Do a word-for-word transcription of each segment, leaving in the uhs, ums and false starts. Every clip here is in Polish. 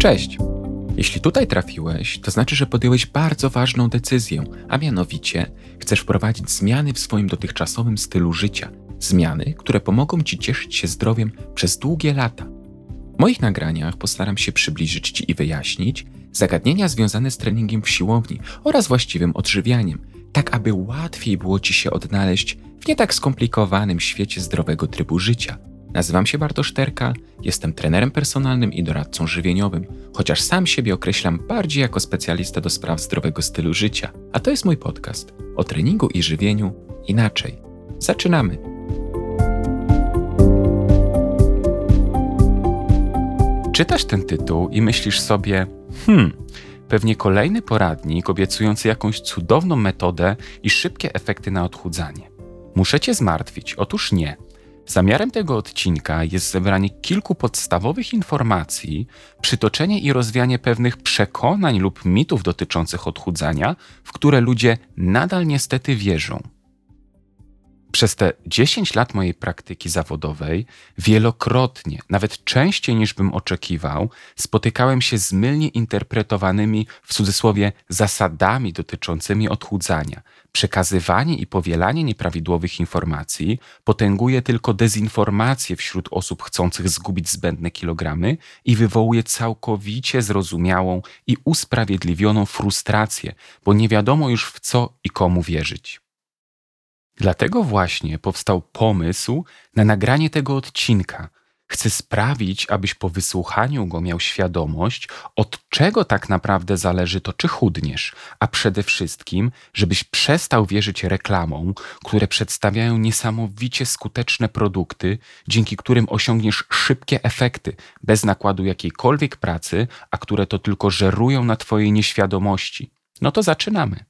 Cześć! Jeśli tutaj trafiłeś, to znaczy, że podjąłeś bardzo ważną decyzję, a mianowicie chcesz wprowadzić zmiany w swoim dotychczasowym stylu życia. Zmiany, które pomogą Ci cieszyć się zdrowiem przez długie lata. W moich nagraniach postaram się przybliżyć Ci i wyjaśnić zagadnienia związane z treningiem w siłowni oraz właściwym odżywianiem, tak aby łatwiej było Ci się odnaleźć w nie tak skomplikowanym świecie zdrowego trybu życia. Nazywam się Bartosz Terka, jestem trenerem personalnym i doradcą żywieniowym, chociaż sam siebie określam bardziej jako specjalista do spraw zdrowego stylu życia. A to jest mój podcast o treningu i żywieniu inaczej. Zaczynamy! Czytasz ten tytuł i myślisz sobie, hmm, pewnie kolejny poradnik obiecujący jakąś cudowną metodę i szybkie efekty na odchudzanie. Muszę Cię zmartwić, otóż nie. Zamiarem tego odcinka jest zebranie kilku podstawowych informacji, przytoczenie i rozwianie pewnych przekonań lub mitów dotyczących odchudzania, w które ludzie nadal niestety wierzą. Przez te dziesięć lat mojej praktyki zawodowej wielokrotnie, nawet częściej niż bym oczekiwał, spotykałem się z mylnie interpretowanymi w cudzysłowie zasadami dotyczącymi odchudzania. Przekazywanie i powielanie nieprawidłowych informacji potęguje tylko dezinformację wśród osób chcących zgubić zbędne kilogramy i wywołuje całkowicie zrozumiałą i usprawiedliwioną frustrację, bo nie wiadomo już w co i komu wierzyć. Dlatego właśnie powstał pomysł na nagranie tego odcinka. Chcę sprawić, abyś po wysłuchaniu go miał świadomość, od czego tak naprawdę zależy to, czy chudniesz, a przede wszystkim, żebyś przestał wierzyć reklamom, które przedstawiają niesamowicie skuteczne produkty, dzięki którym osiągniesz szybkie efekty, bez nakładu jakiejkolwiek pracy, a które to tylko żerują na twojej nieświadomości. No to zaczynamy.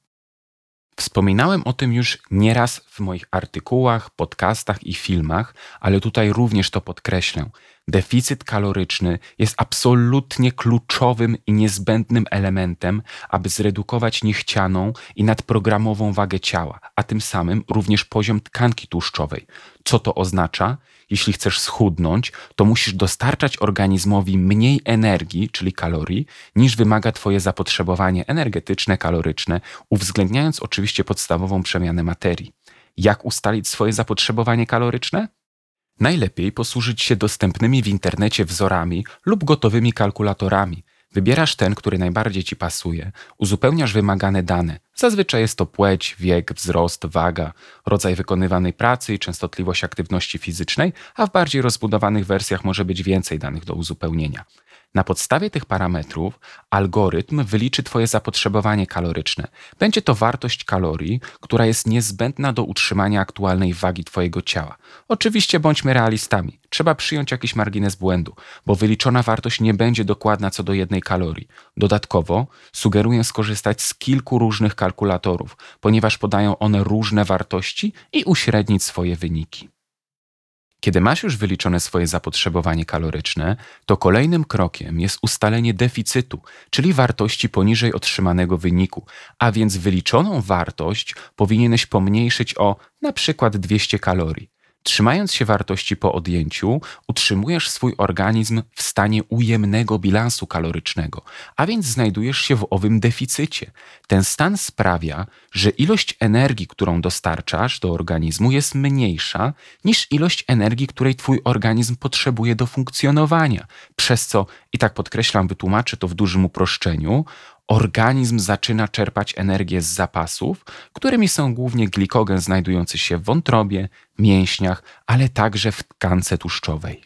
Wspominałem o tym już nieraz w moich artykułach, podcastach i filmach, ale tutaj również to podkreślę. Deficyt kaloryczny jest absolutnie kluczowym i niezbędnym elementem, aby zredukować niechcianą i nadprogramową wagę ciała, a tym samym również poziom tkanki tłuszczowej. Co to oznacza? Jeśli chcesz schudnąć, to musisz dostarczać organizmowi mniej energii, czyli kalorii, niż wymaga Twoje zapotrzebowanie energetyczne, kaloryczne, uwzględniając oczywiście podstawową przemianę materii. Jak ustalić swoje zapotrzebowanie kaloryczne? Najlepiej posłużyć się dostępnymi w internecie wzorami lub gotowymi kalkulatorami. Wybierasz ten, który najbardziej Ci pasuje, uzupełniasz wymagane dane. Zazwyczaj jest to płeć, wiek, wzrost, waga, rodzaj wykonywanej pracy i częstotliwość aktywności fizycznej, a w bardziej rozbudowanych wersjach może być więcej danych do uzupełnienia. Na podstawie tych parametrów algorytm wyliczy Twoje zapotrzebowanie kaloryczne. Będzie to wartość kalorii, która jest niezbędna do utrzymania aktualnej wagi Twojego ciała. Oczywiście bądźmy realistami. Trzeba przyjąć jakiś margines błędu, bo wyliczona wartość nie będzie dokładna co do jednej kalorii. Dodatkowo sugeruję skorzystać z kilku różnych kalkulatorów, ponieważ podają one różne wartości i uśrednić swoje wyniki. Kiedy masz już wyliczone swoje zapotrzebowanie kaloryczne, to kolejnym krokiem jest ustalenie deficytu, czyli wartości poniżej otrzymanego wyniku, a więc wyliczoną wartość powinieneś pomniejszyć o na przykład dwieście kalorii. Trzymając się wartości po odjęciu, utrzymujesz swój organizm w stanie ujemnego bilansu kalorycznego, a więc znajdujesz się w owym deficycie. Ten stan sprawia, że ilość energii, którą dostarczasz do organizmu, jest mniejsza niż ilość energii, której twój organizm potrzebuje do funkcjonowania, przez co, i tak podkreślam, wytłumaczę to w dużym uproszczeniu, organizm zaczyna czerpać energię z zapasów, którymi są głównie glikogen znajdujący się w wątrobie, mięśniach, ale także w tkance tłuszczowej.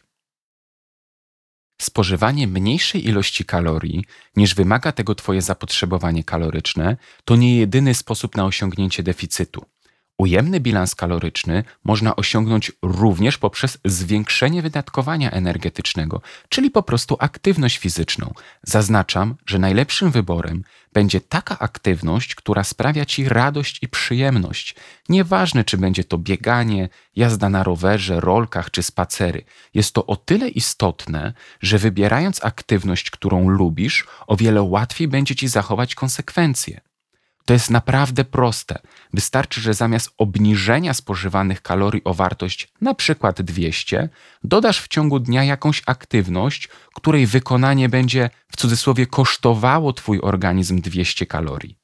Spożywanie mniejszej ilości kalorii, niż wymaga tego Twoje zapotrzebowanie kaloryczne, to nie jedyny sposób na osiągnięcie deficytu. Ujemny bilans kaloryczny można osiągnąć również poprzez zwiększenie wydatkowania energetycznego, czyli po prostu aktywność fizyczną. Zaznaczam, że najlepszym wyborem będzie taka aktywność, która sprawia Ci radość i przyjemność. Nieważne, czy będzie to bieganie, jazda na rowerze, rolkach czy spacery. Jest to o tyle istotne, że wybierając aktywność, którą lubisz, o wiele łatwiej będzie Ci zachować konsekwencje. To jest naprawdę proste. Wystarczy, że zamiast obniżenia spożywanych kalorii o wartość na przykład dwieście, dodasz w ciągu dnia jakąś aktywność, której wykonanie będzie w cudzysłowie kosztowało twój organizm dwieście kalorii.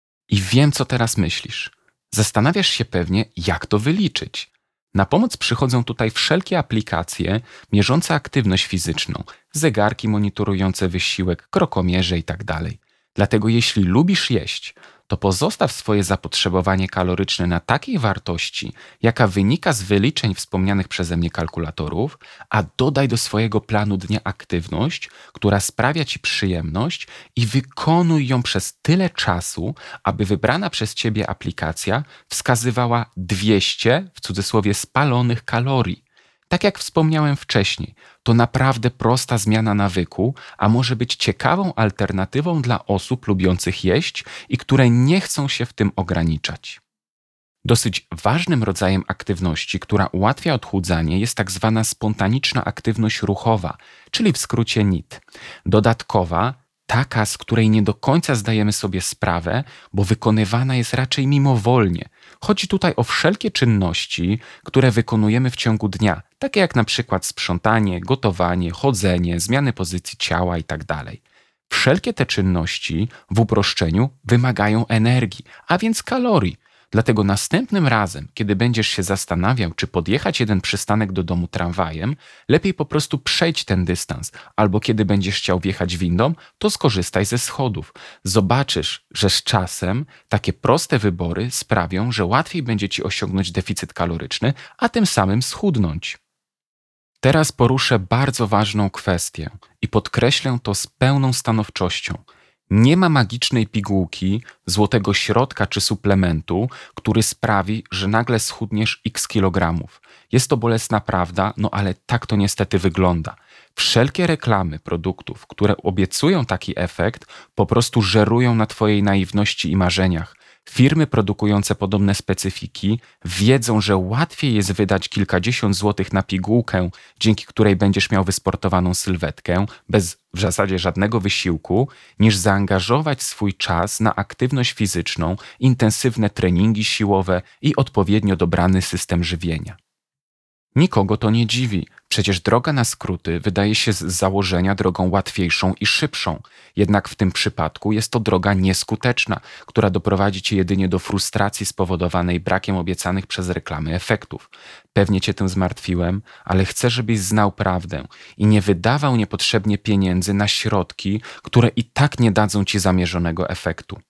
I wiem, co teraz myślisz. Zastanawiasz się pewnie, jak to wyliczyć. Na pomoc przychodzą tutaj wszelkie aplikacje mierzące aktywność fizyczną, zegarki monitorujące wysiłek, krokomierze itd. Dlatego jeśli lubisz jeść, to pozostaw swoje zapotrzebowanie kaloryczne na takiej wartości, jaka wynika z wyliczeń wspomnianych przeze mnie kalkulatorów, a dodaj do swojego planu dnia aktywność, która sprawia ci przyjemność i wykonuj ją przez tyle czasu, aby wybrana przez ciebie aplikacja wskazywała dwieście, w cudzysłowie, spalonych kalorii. Tak jak wspomniałem wcześniej, to naprawdę prosta zmiana nawyku, a może być ciekawą alternatywą dla osób lubiących jeść i które nie chcą się w tym ograniczać. Dosyć ważnym rodzajem aktywności, która ułatwia odchudzanie, jest tak zwana spontaniczna aktywność ruchowa, czyli w skrócie N I T. Dodatkowa, taka, z której nie do końca zdajemy sobie sprawę, bo wykonywana jest raczej mimowolnie. Chodzi tutaj o wszelkie czynności, które wykonujemy w ciągu dnia, takie jak na przykład sprzątanie, gotowanie, chodzenie, zmiany pozycji ciała itd. Wszelkie te czynności w uproszczeniu wymagają energii, a więc kalorii. Dlatego następnym razem, kiedy będziesz się zastanawiał, czy podjechać jeden przystanek do domu tramwajem, lepiej po prostu przejdź ten dystans, albo kiedy będziesz chciał wjechać windą, to skorzystaj ze schodów. Zobaczysz, że z czasem takie proste wybory sprawią, że łatwiej będzie ci osiągnąć deficyt kaloryczny, a tym samym schudnąć. Teraz poruszę bardzo ważną kwestię i podkreślę to z pełną stanowczością. Nie ma magicznej pigułki, złotego środka czy suplementu, który sprawi, że nagle schudniesz x kilogramów. Jest to bolesna prawda, no ale tak to niestety wygląda. Wszelkie reklamy produktów, które obiecują taki efekt, po prostu żerują na twojej naiwności i marzeniach. Firmy produkujące podobne specyfiki wiedzą, że łatwiej jest wydać kilkadziesiąt złotych na pigułkę, dzięki której będziesz miał wysportowaną sylwetkę, bez w zasadzie żadnego wysiłku, niż zaangażować swój czas na aktywność fizyczną, intensywne treningi siłowe i odpowiednio dobrany system żywienia. Nikogo to nie dziwi, przecież droga na skróty wydaje się z założenia drogą łatwiejszą i szybszą, jednak w tym przypadku jest to droga nieskuteczna, która doprowadzi cię jedynie do frustracji spowodowanej brakiem obiecanych przez reklamy efektów. Pewnie cię tym zmartwiłem, ale chcę, żebyś znał prawdę i nie wydawał niepotrzebnie pieniędzy na środki, które i tak nie dadzą ci zamierzonego efektu.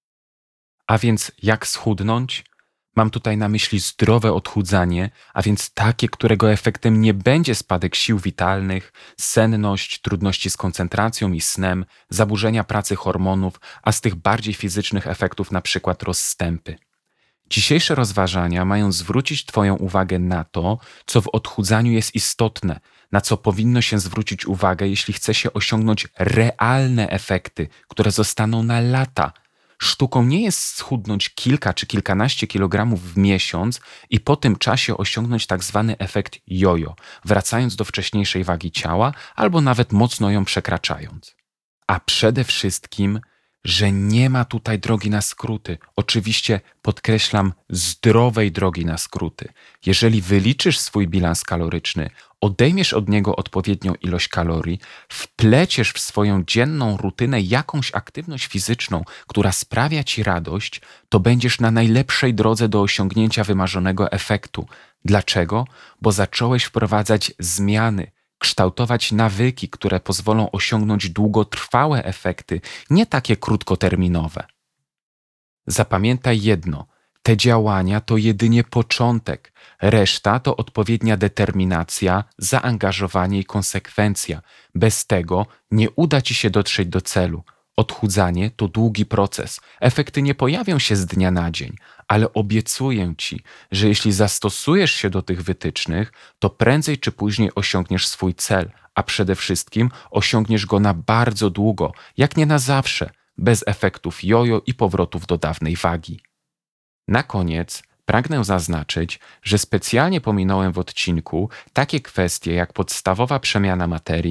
A więc jak schudnąć? Mam tutaj na myśli zdrowe odchudzanie, a więc takie, którego efektem nie będzie spadek sił witalnych, senność, trudności z koncentracją i snem, zaburzenia pracy hormonów, a z tych bardziej fizycznych efektów na przykład rozstępy. Dzisiejsze rozważania mają zwrócić Twoją uwagę na to, co w odchudzaniu jest istotne, na co powinno się zwrócić uwagę, jeśli chce się osiągnąć realne efekty, które zostaną na lata. Sztuką nie jest schudnąć kilka czy kilkanaście kilogramów w miesiąc i po tym czasie osiągnąć tak zwany efekt jojo, wracając do wcześniejszej wagi ciała albo nawet mocno ją przekraczając. A przede wszystkim, że nie ma tutaj drogi na skróty. Oczywiście podkreślam zdrowej drogi na skróty. Jeżeli wyliczysz swój bilans kaloryczny, odejmiesz od niego odpowiednią ilość kalorii, wpleciesz w swoją dzienną rutynę jakąś aktywność fizyczną, która sprawia ci radość, to będziesz na najlepszej drodze do osiągnięcia wymarzonego efektu. Dlaczego? Bo zacząłeś wprowadzać zmiany, kształtować nawyki, które pozwolą osiągnąć długotrwałe efekty, nie takie krótkoterminowe. Zapamiętaj jedno, te działania to jedynie początek, reszta to odpowiednia determinacja, zaangażowanie i konsekwencja. Bez tego nie uda ci się dotrzeć do celu. Odchudzanie to długi proces. Efekty nie pojawią się z dnia na dzień, ale obiecuję ci, że jeśli zastosujesz się do tych wytycznych, to prędzej czy później osiągniesz swój cel, a przede wszystkim osiągniesz go na bardzo długo, jak nie na zawsze, bez efektów jojo i powrotów do dawnej wagi. Na koniec pragnę zaznaczyć, że specjalnie pominąłem w odcinku takie kwestie jak podstawowa przemiana materii,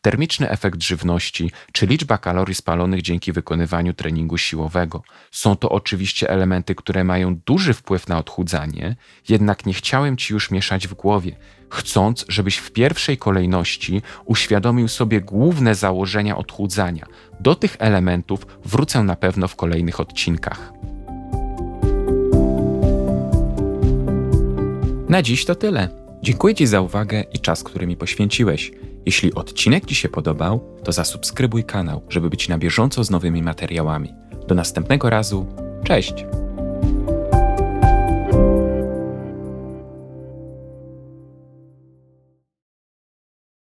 termiczny efekt żywności czy liczba kalorii spalonych dzięki wykonywaniu treningu siłowego. Są to oczywiście elementy, które mają duży wpływ na odchudzanie, jednak nie chciałem Ci już mieszać w głowie, chcąc, żebyś w pierwszej kolejności uświadomił sobie główne założenia odchudzania. Do tych elementów wrócę na pewno w kolejnych odcinkach. Na dziś to tyle. Dziękuję Ci za uwagę i czas, który mi poświęciłeś. Jeśli odcinek Ci się podobał, to zasubskrybuj kanał, żeby być na bieżąco z nowymi materiałami. Do następnego razu. Cześć!